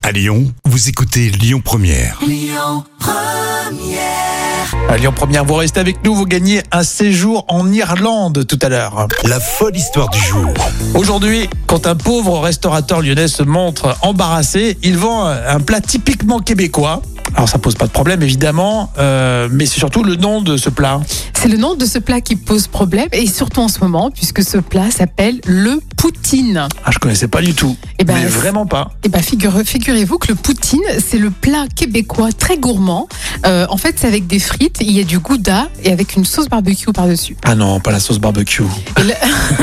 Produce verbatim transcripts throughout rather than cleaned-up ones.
À Lyon, vous écoutez Lyon Première. Lyon Première. À Lyon Première, vous restez avec nous, vous gagnez un séjour en Irlande tout à l'heure. La folle histoire du jour. Aujourd'hui, quand un pauvre restaurateur lyonnais se montre embarrassé, il vend un plat typiquement québécois. Alors ça pose pas de problème évidemment, euh, mais c'est surtout le nom de ce plat. C'est le nom de ce plat qui pose problème, et surtout en ce moment, puisque ce plat s'appelle le poutine. Ah, je connaissais pas du tout, Eh ben, mais c'est- vraiment pas. Et ben figure, figurez-vous que le poutine, c'est le plat québécois très gourmand. Euh, en fait, c'est avec des frites, il y a du gouda et avec une sauce barbecue par-dessus. Ah non, pas la sauce barbecue. Et là,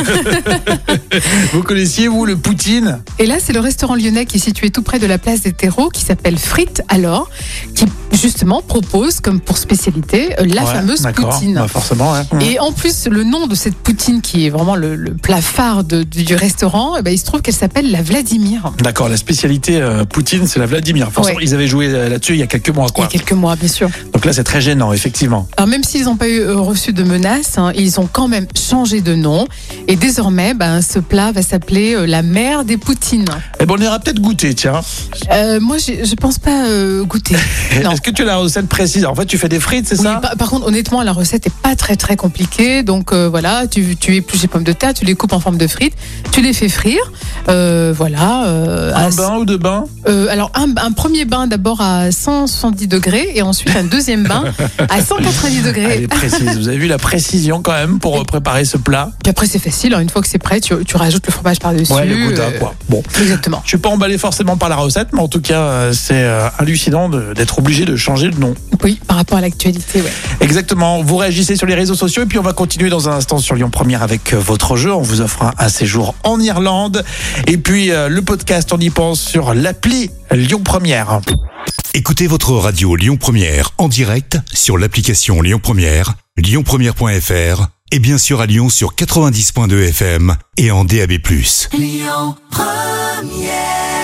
Vous connaissiez vous le poutine? et là, c'est le restaurant lyonnais qui est situé tout près de la place des terreaux, qui s'appelle Frites alors, qui justement propose comme pour spécialité euh, la Ouais, fameuse d'accord. poutine. Bah, forcément, ouais. Et en plus, le nom de cette poutine, qui est vraiment le, le plat phare de- du, du restaurant, eh ben, il se trouve qu'elle s'appelle la Vladimir. D'accord, la spécialité euh, poutine, c'est la Vladimir. Forcément, Ouais. ils avaient joué euh, là-dessus il y a quelques mois, Il y a quoi. quelques mois, bien sûr. Donc là, c'est très gênant, effectivement. Alors même s'ils n'ont pas eu euh, reçu de menaces, hein, ils ont quand même changé de nom. Et désormais, ben, ce plat va s'appeler euh, la mère des poutines. Eh ben, on ira peut-être goûter, tiens. Euh, moi, j'ai- je pense pas euh, goûter. Non. Est-ce que tu as la recette précise? En fait, tu fais des frites, c'est Oui, ça? par, par contre, honnêtement, la recette est pas très très compliquée. Donc euh, voilà, tu, tu épluches les pommes de terre, tu les coupes en forme de frites, tu les fais frire. Euh, voilà. euh, Un à- bain ou deux bains? euh, alors un, un premier bain d'abord à cent soixante-dix degrés et ensuite un deuxième bain à cent quatre-vingt-dix Elle degrés. est précise. Vous avez vu la précision quand même pour euh, préparer ce plat? Puis après c'est facile. hein, Une fois que c'est prêt, tu, tu rajoutes le fromage par-dessus. Ouais, le gouda, euh, quoi. Bon. Exactement. Je suis pas emballé forcément par la recette, mais en tout cas, euh, c'est euh, hallucinant de- d'être obligé de changer de nom. Oui, par rapport à l'actualité, ouais. Exactement. Vous réagissez sur les réseaux sociaux et puis on va continuer dans un instant sur Lyon Première avec euh, votre jeu. On vous offre un, un séjour en Irlande. Et puis euh, le podcast, on y pense sur l'appli Lyon Première. Écoutez votre radio Lyon Première en direct sur l'application Lyon Première, lyon première point f r et bien sûr à Lyon sur quatre-vingt-dix point deux F M et en D A B plus. Lyon Première.